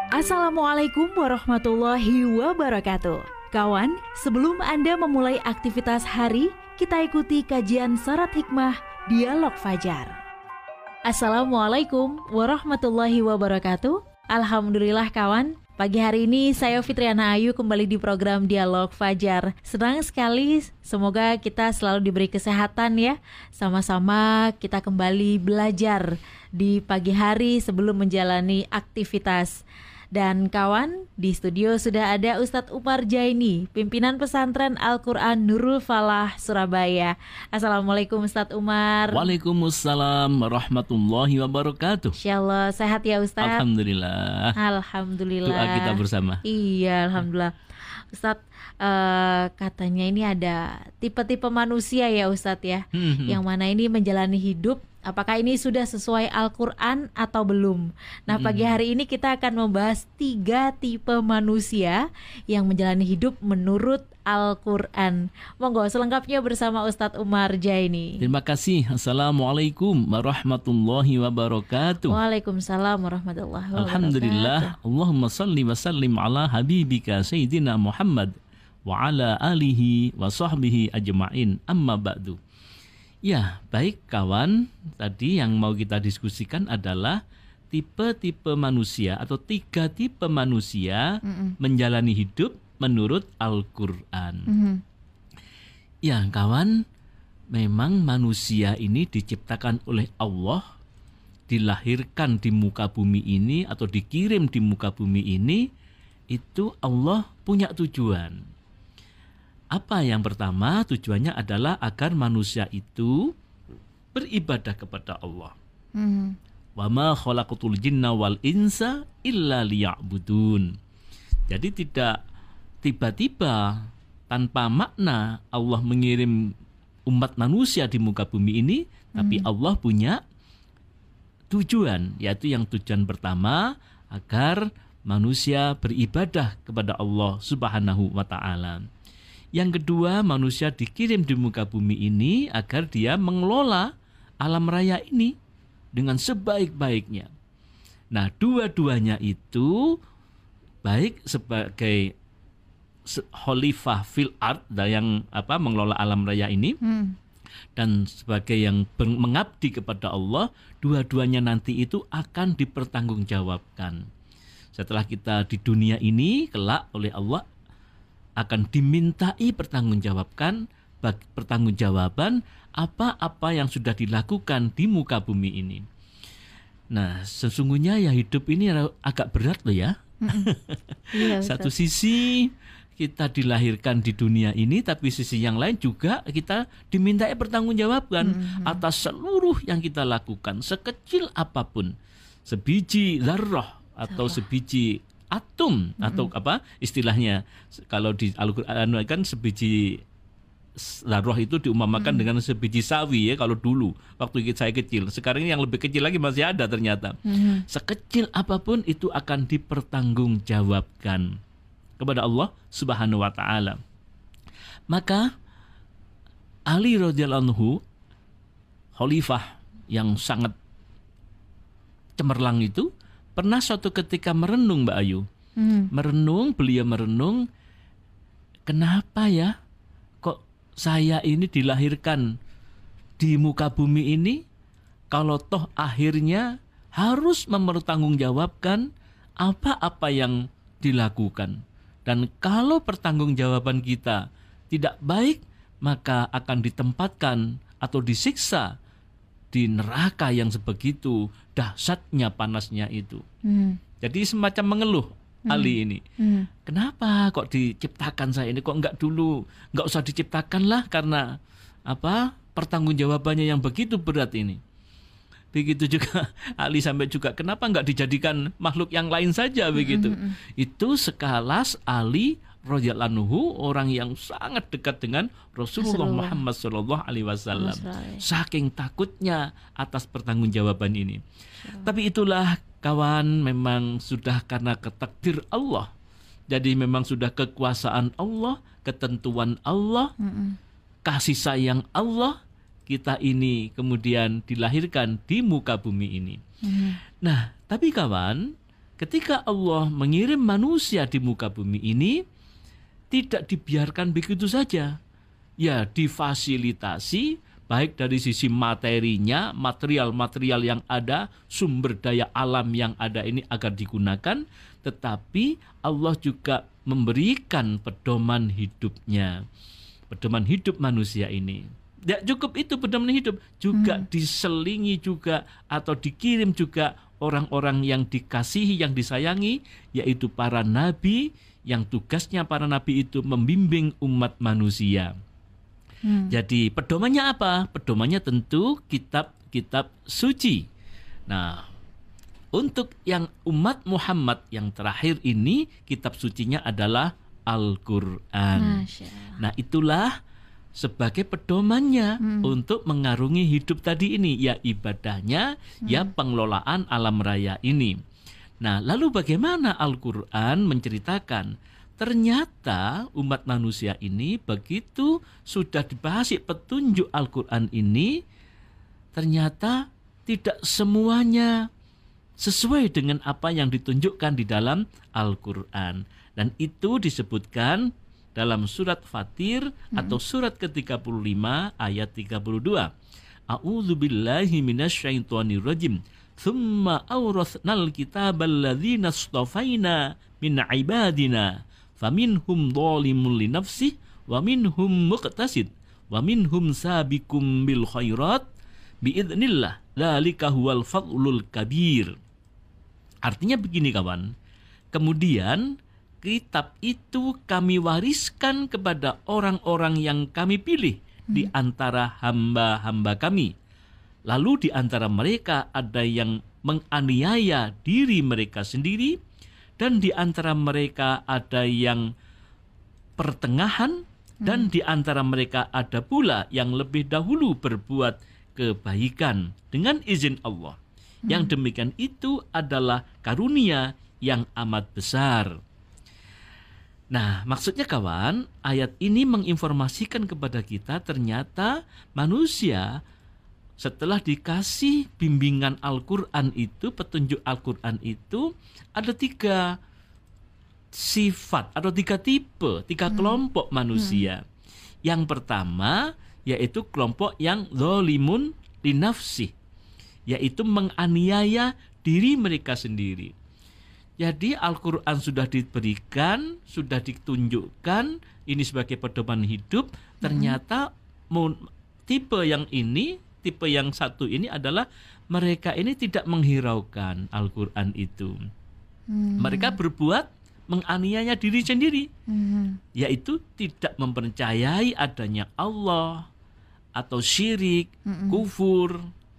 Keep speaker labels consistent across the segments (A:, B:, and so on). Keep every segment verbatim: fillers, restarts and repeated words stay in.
A: Assalamualaikum warahmatullahi wabarakatuh. Kawan, sebelum Anda memulai aktivitas hari, kita ikuti kajian Syarat Hikmah Dialog Fajar. Assalamualaikum warahmatullahi wabarakatuh. Alhamdulillah kawan, pagi hari ini saya Fitriana Ayu kembali di program Dialog Fajar. Senang sekali, semoga kita selalu diberi kesehatan ya. Sama-sama kita kembali belajar di pagi hari sebelum menjalani aktivitas. Dan kawan, di studio sudah ada Ustadz Umar Jaini, pimpinan pesantren Al-Quran Nurul Falah, Surabaya. Assalamualaikum Ustadz Umar.
B: Waalaikumsalam warahmatullahi wabarakatuh.
A: Insyaallah sehat ya Ustadz.
B: Alhamdulillah.
A: Alhamdulillah.
B: Doa kita bersama.
A: Iya, Alhamdulillah. Ustadz, uh, katanya ini ada tipe-tipe manusia ya Ustadz ya, hmm. yang mana ini menjalani hidup. Apakah ini sudah sesuai Al-Quran atau belum? Nah, pagi hari ini kita akan membahas tiga tipe manusia yang menjalani hidup menurut Al-Quran. Monggo selengkapnya bersama Ustadz Umar Jaini.
B: Terima kasih. Assalamualaikum warahmatullahi wabarakatuh.
A: Waalaikumsalam warahmatullahi wabarakatuh.
B: Alhamdulillah. Allahumma salli wa sallim ala habibika Sayyidina Muhammad wa ala alihi wa sahbihi ajma'in. Amma ba'du. Ya, baik kawan, tadi yang mau kita diskusikan adalah tipe-tipe manusia atau tiga tipe manusia Mm-mm. menjalani hidup menurut Al-Quran. Mm-hmm. Ya kawan, memang manusia ini diciptakan oleh Allah, dilahirkan di muka bumi ini atau dikirim di muka bumi ini, itu Allah punya tujuan. Apa yang pertama, tujuannya adalah agar manusia itu beribadah kepada Allah. Hmm. Wa ma khalaqatul jinna wal insa illa liya'budun. Jadi tidak tiba-tiba tanpa makna Allah mengirim umat manusia di muka bumi ini, hmm. tapi Allah punya tujuan, yaitu yang tujuan pertama agar manusia beribadah kepada Allah Subhanahu wa ta'ala. Yang kedua, manusia dikirim di muka bumi ini agar dia mengelola alam raya ini dengan sebaik-baiknya. Nah, dua-duanya itu baik sebagai khalifah fil ard yang apa mengelola alam raya ini hmm. dan sebagai yang mengabdi kepada Allah, dua-duanya nanti itu akan dipertanggungjawabkan. Setelah kita di dunia ini kelak oleh Allah akan dimintai pertanggungjawabkan pertanggungjawaban apa-apa yang sudah dilakukan di muka bumi ini. Nah, sesungguhnya ya hidup ini agak berat loh ya. Iya, satu sisi kita dilahirkan di dunia ini, tapi sisi yang lain juga kita dimintai pertanggungjawabkan mm-hmm. atas seluruh yang kita lakukan, sekecil apapun, sebiji zarrah atau sebiji atom mm-hmm. atau apa istilahnya kalau di Al-Quran kan sebiji zarrah itu diumpamakan mm-hmm. dengan sebiji sawi ya kalau dulu waktu saya kecil. Sekarang ini yang lebih kecil lagi masih ada ternyata. Mm-hmm. Sekecil apapun itu akan dipertanggungjawabkan kepada Allah Subhanahu wa taala. Maka Ali radhiyallahu anhu, khalifah yang sangat cemerlang itu, pernah suatu ketika merenung Mbak Ayu, hmm. merenung, beliau merenung, kenapa ya kok saya ini dilahirkan di muka bumi ini, kalau toh akhirnya harus mempertanggungjawabkan apa-apa yang dilakukan. Dan kalau pertanggungjawaban kita tidak baik, maka akan ditempatkan atau disiksa di neraka yang sebegitu dahsyatnya panasnya itu. Hmm. Jadi semacam mengeluh hmm. Ali ini. Hmm. Kenapa kok diciptakan saya ini, kok enggak dulu, enggak usah diciptakan lah, karena apa? Pertanggungjawabannya yang begitu berat ini. Begitu juga Ali sampai juga kenapa enggak dijadikan makhluk yang lain saja begitu. Hmm. Itu sekelas Ali radhiyallahu anhu, orang yang sangat dekat dengan Rasulullah, Rasulullah. Muhammad shallallahu alaihi wasallam. Saking takutnya atas pertanggungjawaban ini. Rasulullah. Tapi itulah kawan, memang sudah karena ketakdir Allah. Jadi memang sudah kekuasaan Allah, ketentuan Allah, Mm-mm. kasih sayang Allah, kita ini kemudian dilahirkan di muka bumi ini. Mm. Nah, tapi kawan, ketika Allah mengirim manusia di muka bumi ini, tidak dibiarkan begitu saja. Ya, difasilitasi baik dari sisi materinya, material-material yang ada, sumber daya alam yang ada ini agar digunakan, tetapi Allah juga memberikan pedoman hidupnya, pedoman hidup manusia ini. Tidak cukup itu pedoman hidup, juga hmm. diselingi juga atau dikirim juga orang-orang yang dikasihi, yang disayangi, yaitu para nabi, yang tugasnya para nabi itu membimbing umat manusia. Hmm. Jadi pedomannya apa? Pedomannya tentu kitab-kitab suci. Nah, untuk yang umat Muhammad yang terakhir ini, kitab sucinya adalah Al-Quran. Nah, itulah sebagai pedomannya hmm. untuk mengarungi hidup tadi ini, ya ibadahnya, hmm. ya pengelolaan alam raya ini. Nah, lalu bagaimana Al-Quran menceritakan? Ternyata umat manusia ini begitu sudah dibahas petunjuk Al-Quran ini, ternyata tidak semuanya sesuai dengan apa yang ditunjukkan di dalam Al-Quran. Dan itu disebutkan dalam surat Fatir hmm. atau surat ke tiga puluh lima ayat tiga puluh dua. A'udzubillahi minasyaitonirrajim. Tsumma awrathnal kitabal ladzina astafaina min ibadina faminhum dzalimun li nafsihi wa minhum muqtasid wa minhum sabiqum bil khairat biidznillah dzalika huwal fadlul kabir. Artinya begini kawan, kemudian kitab itu kami wariskan kepada orang-orang yang kami pilih hmm. di antara hamba-hamba kami. Lalu di antara mereka ada yang menganiaya diri mereka sendiri, dan di antara mereka ada yang pertengahan, dan hmm. di antara mereka ada pula yang lebih dahulu berbuat kebaikan dengan izin Allah. Hmm. Yang demikian itu adalah karunia yang amat besar. Nah, maksudnya kawan, ayat ini menginformasikan kepada kita ternyata manusia setelah dikasih bimbingan Al-Quran itu, petunjuk Al-Quran itu, ada tiga sifat atau tiga tipe, tiga hmm. kelompok manusia. Hmm. Yang pertama yaitu kelompok yang zalimun li nafsih, yaitu menganiaya diri mereka sendiri. Jadi Al-Quran sudah diberikan, sudah ditunjukkan ini sebagai pedoman hidup. Ternyata hmm. tipe yang ini, tipe yang satu ini adalah mereka ini tidak menghiraukan Al-Quran itu. Hmm. Mereka berbuat menganiaya diri sendiri, hmm. yaitu tidak mempercayai adanya Allah atau syirik, hmm. kufur.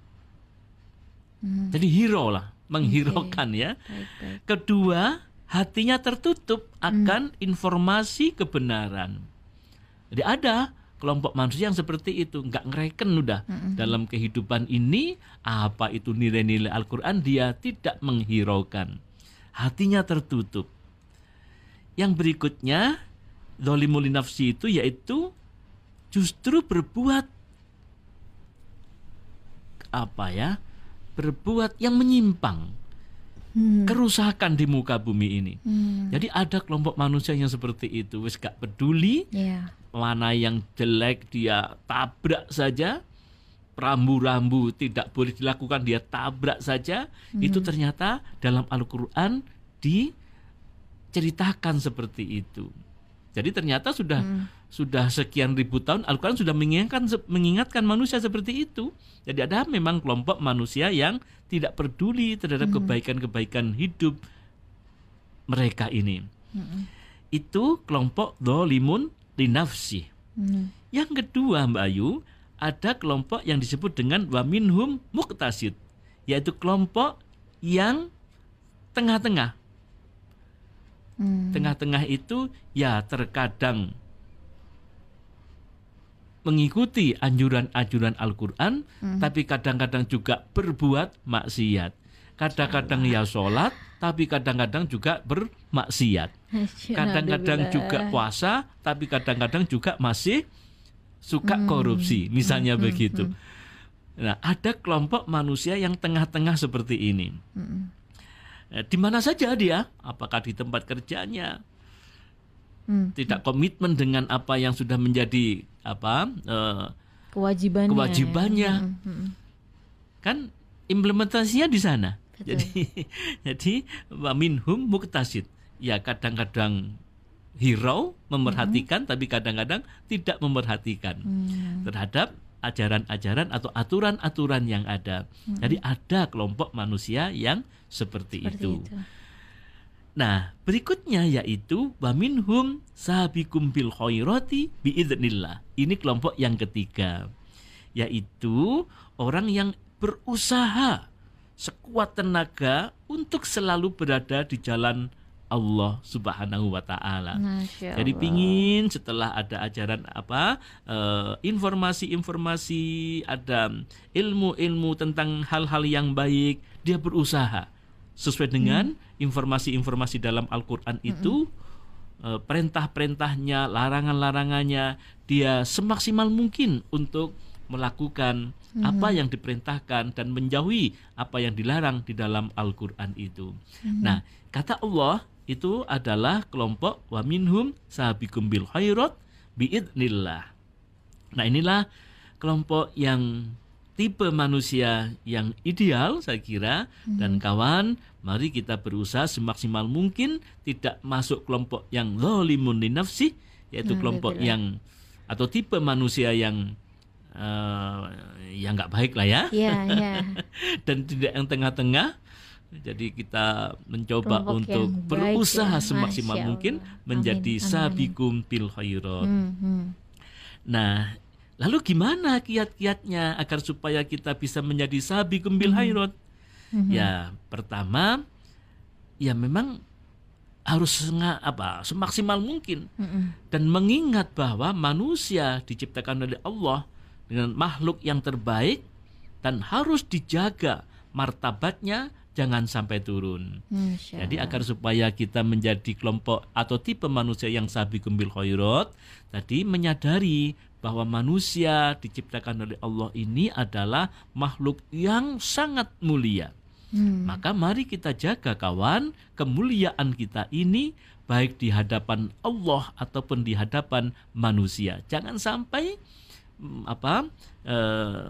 B: Hmm. Jadi hirau lah, menghiraukan okay. ya. Baik, baik. Kedua, hatinya tertutup akan hmm. informasi kebenaran. Jadi ada kelompok manusia yang seperti itu, nggak ngereken udah mm-hmm. dalam kehidupan ini apa itu nilai-nilai Al-Quran, dia tidak menghiraukan, hatinya tertutup. Yang berikutnya zalimul li nafsi itu yaitu justru berbuat apa ya, berbuat yang menyimpang, hmm. kerusakan di muka bumi ini. Hmm. Jadi ada kelompok manusia yang seperti itu, wis gak peduli. Yeah. Mana yang jelek dia tabrak saja, rambu-rambu tidak boleh dilakukan dia tabrak saja. Hmm. Itu ternyata dalam Al-Quran diceritakan seperti itu. Jadi ternyata sudah hmm. sudah sekian ribu tahun Al-Quran sudah mengingatkan mengingatkan manusia seperti itu. Jadi ada memang kelompok manusia yang tidak peduli terhadap hmm. kebaikan-kebaikan hidup mereka ini. Hmm. Itu kelompok dzalimun li nafsi. Hmm. Yang kedua Mbak Ayu, ada kelompok yang disebut dengan wa minhum muqtasid, yaitu kelompok yang tengah-tengah. Hmm. Tengah-tengah itu ya terkadang mengikuti anjuran-anjuran Al-Quran, hmm. tapi kadang-kadang juga berbuat maksiat. Kadang-kadang ya sholat, tapi kadang-kadang juga bermaksiat. Kadang-kadang juga puasa, tapi kadang-kadang juga masih suka korupsi, misalnya hmm, begitu. Hmm, hmm. Nah, ada kelompok manusia yang tengah-tengah seperti ini. Hmm. eh, di mana saja dia, apakah di tempat kerjanya, hmm. tidak komitmen dengan apa yang sudah menjadi apa eh,
A: kewajibannya,
B: kewajibannya.
A: Hmm. Hmm.
B: Kan implementasinya di sana.
A: Betul.
B: Jadi jadi wa minhum muqtasid. Ya kadang-kadang hirau memerhatikan, hmm. tapi kadang-kadang tidak memerhatikan hmm. terhadap ajaran-ajaran atau aturan-aturan yang ada. Hmm. Jadi ada kelompok manusia yang seperti, seperti itu. itu. Nah, berikutnya yaitu wa minhum sabiqum bil khairati biidznillah. Ini kelompok yang ketiga, yaitu orang yang berusaha sekuat tenaga untuk selalu berada di jalan Allah Subhanahu wa taala. Jadi pingin setelah ada ajaran apa, uh, informasi-informasi, ada ilmu-ilmu tentang hal-hal yang baik, dia berusaha sesuai dengan hmm. informasi-informasi dalam Al-Qur'an itu, uh, perintah-perintahnya, larangan-larangannya, dia semaksimal mungkin untuk melakukan hmm. apa yang diperintahkan dan menjauhi apa yang dilarang di dalam Al-Qur'an itu. Hmm. Nah, kata Allah itu adalah kelompok wa minhum sabiqum bil khairat biidznillah. Nah, inilah kelompok yang tipe manusia yang ideal saya kira. Hmm. Dan kawan, mari kita berusaha semaksimal mungkin tidak masuk kelompok yang zalimun li nafsi, yaitu nah, kelompok betul. yang atau tipe manusia yang Uh, yang nggak baik lah ya,
A: yeah, yeah.
B: dan tidak yang tengah-tengah. Jadi kita mencoba kelompok untuk berusaha ya. semaksimal mungkin menjadi sabiqum bil khairat. Hmm, hmm. Nah, lalu gimana kiat-kiatnya agar supaya kita bisa menjadi sabiqum bil khairat? Hmm. Ya, pertama, ya memang harus senga, apa semaksimal mungkin hmm. dan mengingat bahwa manusia diciptakan oleh Allah dengan makhluk yang terbaik dan harus dijaga martabatnya jangan sampai turun. Jadi agar supaya kita menjadi kelompok atau tipe manusia yang sabiqum bil khairat, tadi menyadari bahwa manusia diciptakan oleh Allah ini adalah makhluk yang sangat mulia. Hmm. Maka mari kita jaga kawan kemuliaan kita ini baik di hadapan Allah ataupun di hadapan manusia. Jangan sampai apa eh,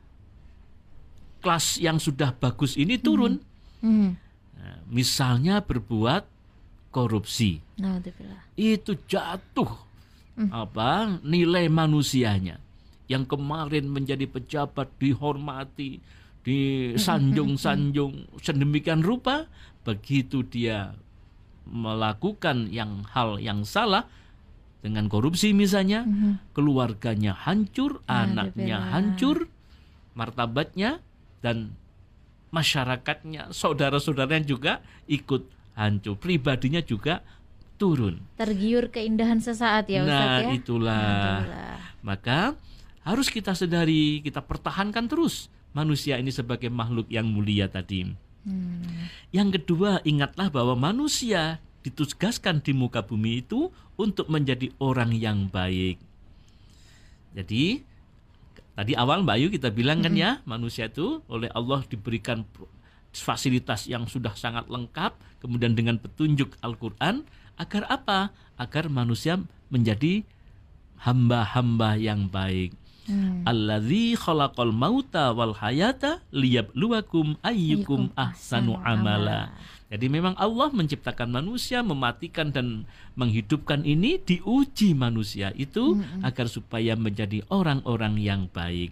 B: kelas yang sudah bagus ini turun. Hmm. Nah, misalnya berbuat korupsi, nah, itu jatuh hmm. apa nilai manusianya yang kemarin menjadi pejabat dihormati, disanjung-sanjung sedemikian rupa, begitu dia melakukan yang hal yang salah dengan korupsi misalnya, mm-hmm. keluarganya hancur, nah, anaknya dibela. hancur, martabatnya dan masyarakatnya, saudara-saudaranya juga ikut hancur, pribadinya juga turun.
A: Tergiur keindahan sesaat ya Ustaz
B: nah,
A: ya.
B: Itulah. Nah, itulah. Maka harus kita sadari, kita pertahankan terus manusia ini sebagai makhluk yang mulia tadi. Hmm. Yang kedua, ingatlah bahwa manusia ditugaskan di muka bumi itu untuk menjadi orang yang baik. Jadi tadi awal Mbak Ayu kita bilang kan mm-hmm. ya, manusia itu oleh Allah diberikan fasilitas yang sudah sangat lengkap, kemudian dengan petunjuk Al-Qur'an, agar apa? Agar manusia menjadi hamba-hamba yang baik. Hmm. Alladzi khalaqal mauta wal hayata liyabluwakum ayyukum ahsanu amala. Jadi memang Allah menciptakan manusia, mematikan dan menghidupkan ini diuji manusia itu hmm. agar supaya menjadi orang-orang yang baik.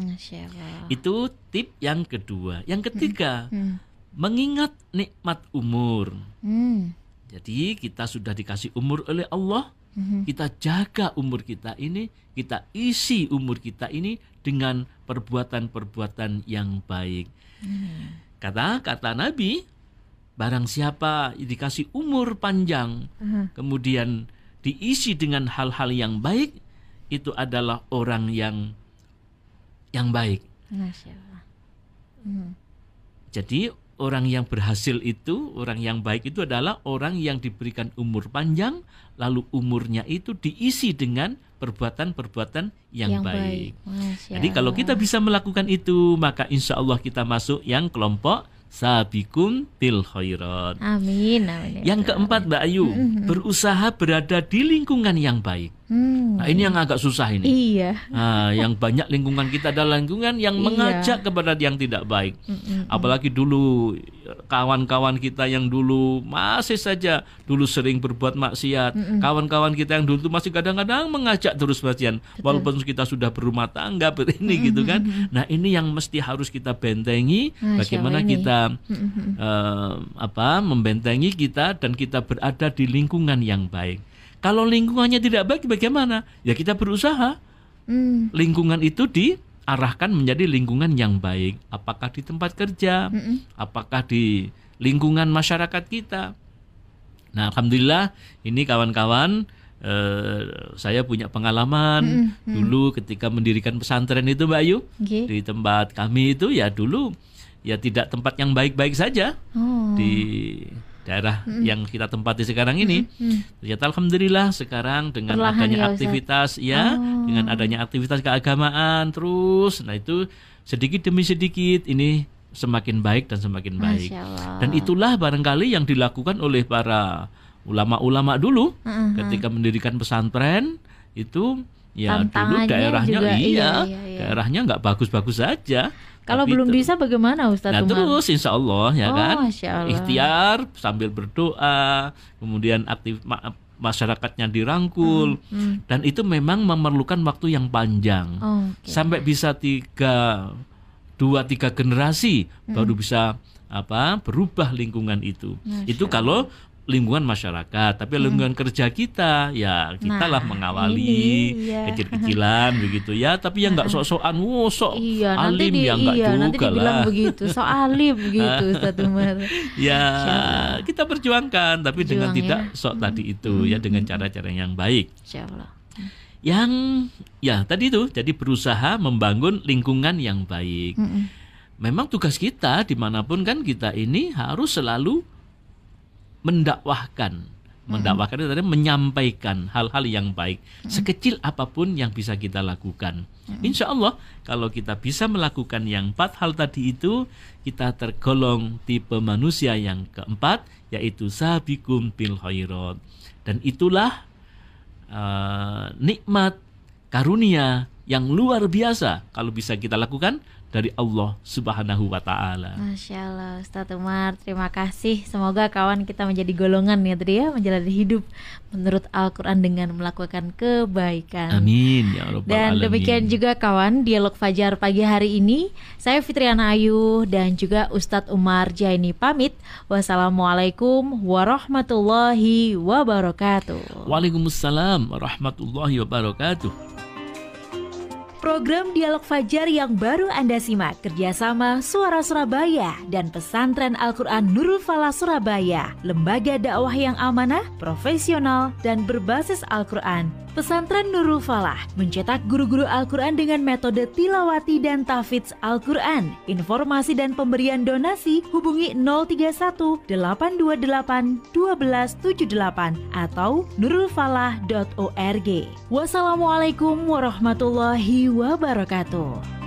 B: Itu tip yang kedua. Yang ketiga, hmm. Hmm. mengingat nikmat umur. Hmm. Jadi kita sudah dikasih umur oleh Allah. Mm-hmm. Kita jaga umur kita ini, kita isi umur kita ini dengan perbuatan-perbuatan yang baik. Mm. Kata kata Nabi, barang siapa dikasih umur panjang, mm-hmm. kemudian diisi dengan hal-hal yang baik, itu adalah orang yang yang baik. Masya Allah. Mm. Jadi orang yang berhasil itu, orang yang baik itu adalah orang yang diberikan umur panjang, lalu umurnya itu diisi dengan perbuatan-perbuatan yang, yang baik. baik. Jadi kalau kita bisa melakukan itu, maka insya Allah kita masuk yang kelompok sabiqun bil khairat.
A: Amin, amin.
B: Yang keempat Mbak Ayu, mm-hmm. berusaha berada di lingkungan yang baik. Hmm. Nah ini yang agak susah ini.
A: Iya.
B: Nah, yang banyak lingkungan kita adalah lingkungan yang iya. mengajak kepada yang tidak baik. Mm-mm. Apalagi dulu kawan-kawan kita yang dulu masih saja dulu sering berbuat maksiat. Mm-mm. Kawan-kawan kita yang dulu masih kadang-kadang mengajak terus maksiat. Walaupun kita sudah berumah tangga ini mm-hmm. gitu kan. Nah ini yang mesti harus kita bentengi. Masya bagaimana ini. kita uh, apa membentengi kita dan kita berada di lingkungan yang baik. Kalau lingkungannya tidak baik bagaimana? Ya kita berusaha mm. lingkungan itu diarahkan menjadi lingkungan yang baik. Apakah di tempat kerja, Mm-mm. apakah di lingkungan masyarakat kita. Nah alhamdulillah ini kawan-kawan eh, saya punya pengalaman Mm-mm. dulu ketika mendirikan pesantren itu Mbak Ayu. Okay. Di tempat kami itu ya dulu ya tidak tempat yang baik-baik saja. Oh. Di daerah hmm. yang kita tempati sekarang ini, hmm. ternyata alhamdulillah sekarang dengan perlahan adanya ya, aktivitas ya, oh. dengan adanya aktivitas keagamaan terus, nah itu sedikit demi sedikit ini semakin baik dan semakin baik. Dan itulah barangkali yang dilakukan oleh para ulama-ulama dulu uh-huh. ketika mendirikan pesantren itu. Ya dulu daerahnya juga, iya, iya, iya, iya. daerahnya nggak bagus-bagus saja.
A: Kalau belum itu. bisa bagaimana Ustaz
B: Nah
A: Umar?
B: terus insya Allah ya
A: oh,
B: kan
A: Allah.
B: ikhtiar sambil berdoa, kemudian aktif ma- masyarakatnya dirangkul hmm, hmm. dan itu memang memerlukan waktu yang panjang oh, okay. sampai bisa tiga dua tiga generasi hmm. baru bisa apa berubah lingkungan itu. Masya itu kalau lingkungan masyarakat, tapi lingkungan hmm. kerja kita ya kita lah nah, mengawali ini, iya. kecil-kecilan begitu ya, tapi yang nggak sok-sokan, wow, sok
A: iya,
B: alim
A: di,
B: ya nggak
A: iya,
B: juga
A: nanti dibilang
B: lah.
A: begitu, sok alim begitu Ustaz Umar.
B: Ya kita perjuangkan, tapi Perjuang, dengan ya. tidak sok hmm. tadi itu hmm. ya dengan cara-cara yang baik.
A: Insyaallah.
B: Yang ya tadi itu, jadi berusaha membangun lingkungan yang baik. Hmm. Memang tugas kita dimanapun kan kita ini harus selalu mendakwahkan, mendakwahkan itu tadi menyampaikan hal-hal yang baik, sekecil apapun yang bisa kita lakukan. Insya Allah kalau kita bisa melakukan yang empat hal tadi itu, kita tergolong tipe manusia yang keempat, yaitu sabiqum bil khairat. Dan itulah uh, nikmat karunia yang luar biasa kalau bisa kita lakukan dari Allah Subhanahu wa Ta'ala.
A: Masya Allah, Ustaz Umar, terima kasih. Semoga kawan kita menjadi golongan ya tadi ya, menjalani hidup menurut Al-Quran dengan melakukan kebaikan.
B: Amin ya Rabbal
A: Dan
B: Alamin.
A: Demikian juga kawan, dialog Fajar pagi hari ini. Saya Fitriana Ayu dan juga Ustaz Umar Jaini pamit. Wassalamualaikum warahmatullahi wabarakatuh.
B: Waalaikumsalam warahmatullahi wabarakatuh.
A: Program Dialog Fajar yang baru Anda simak kerjasama Suara Surabaya dan Pesantren Al-Quran Nurul Falah Surabaya, lembaga dakwah yang amanah, profesional, dan berbasis Al-Quran. Pesantren Nurul Falah mencetak guru-guru Al-Quran dengan metode tilawati dan tahfidz Al-Quran. Informasi dan pemberian donasi hubungi nol tiga satu delapan dua delapan satu dua tujuh delapan atau nurul falah dot org. Wassalamualaikum warahmatullahi wabarakatuh.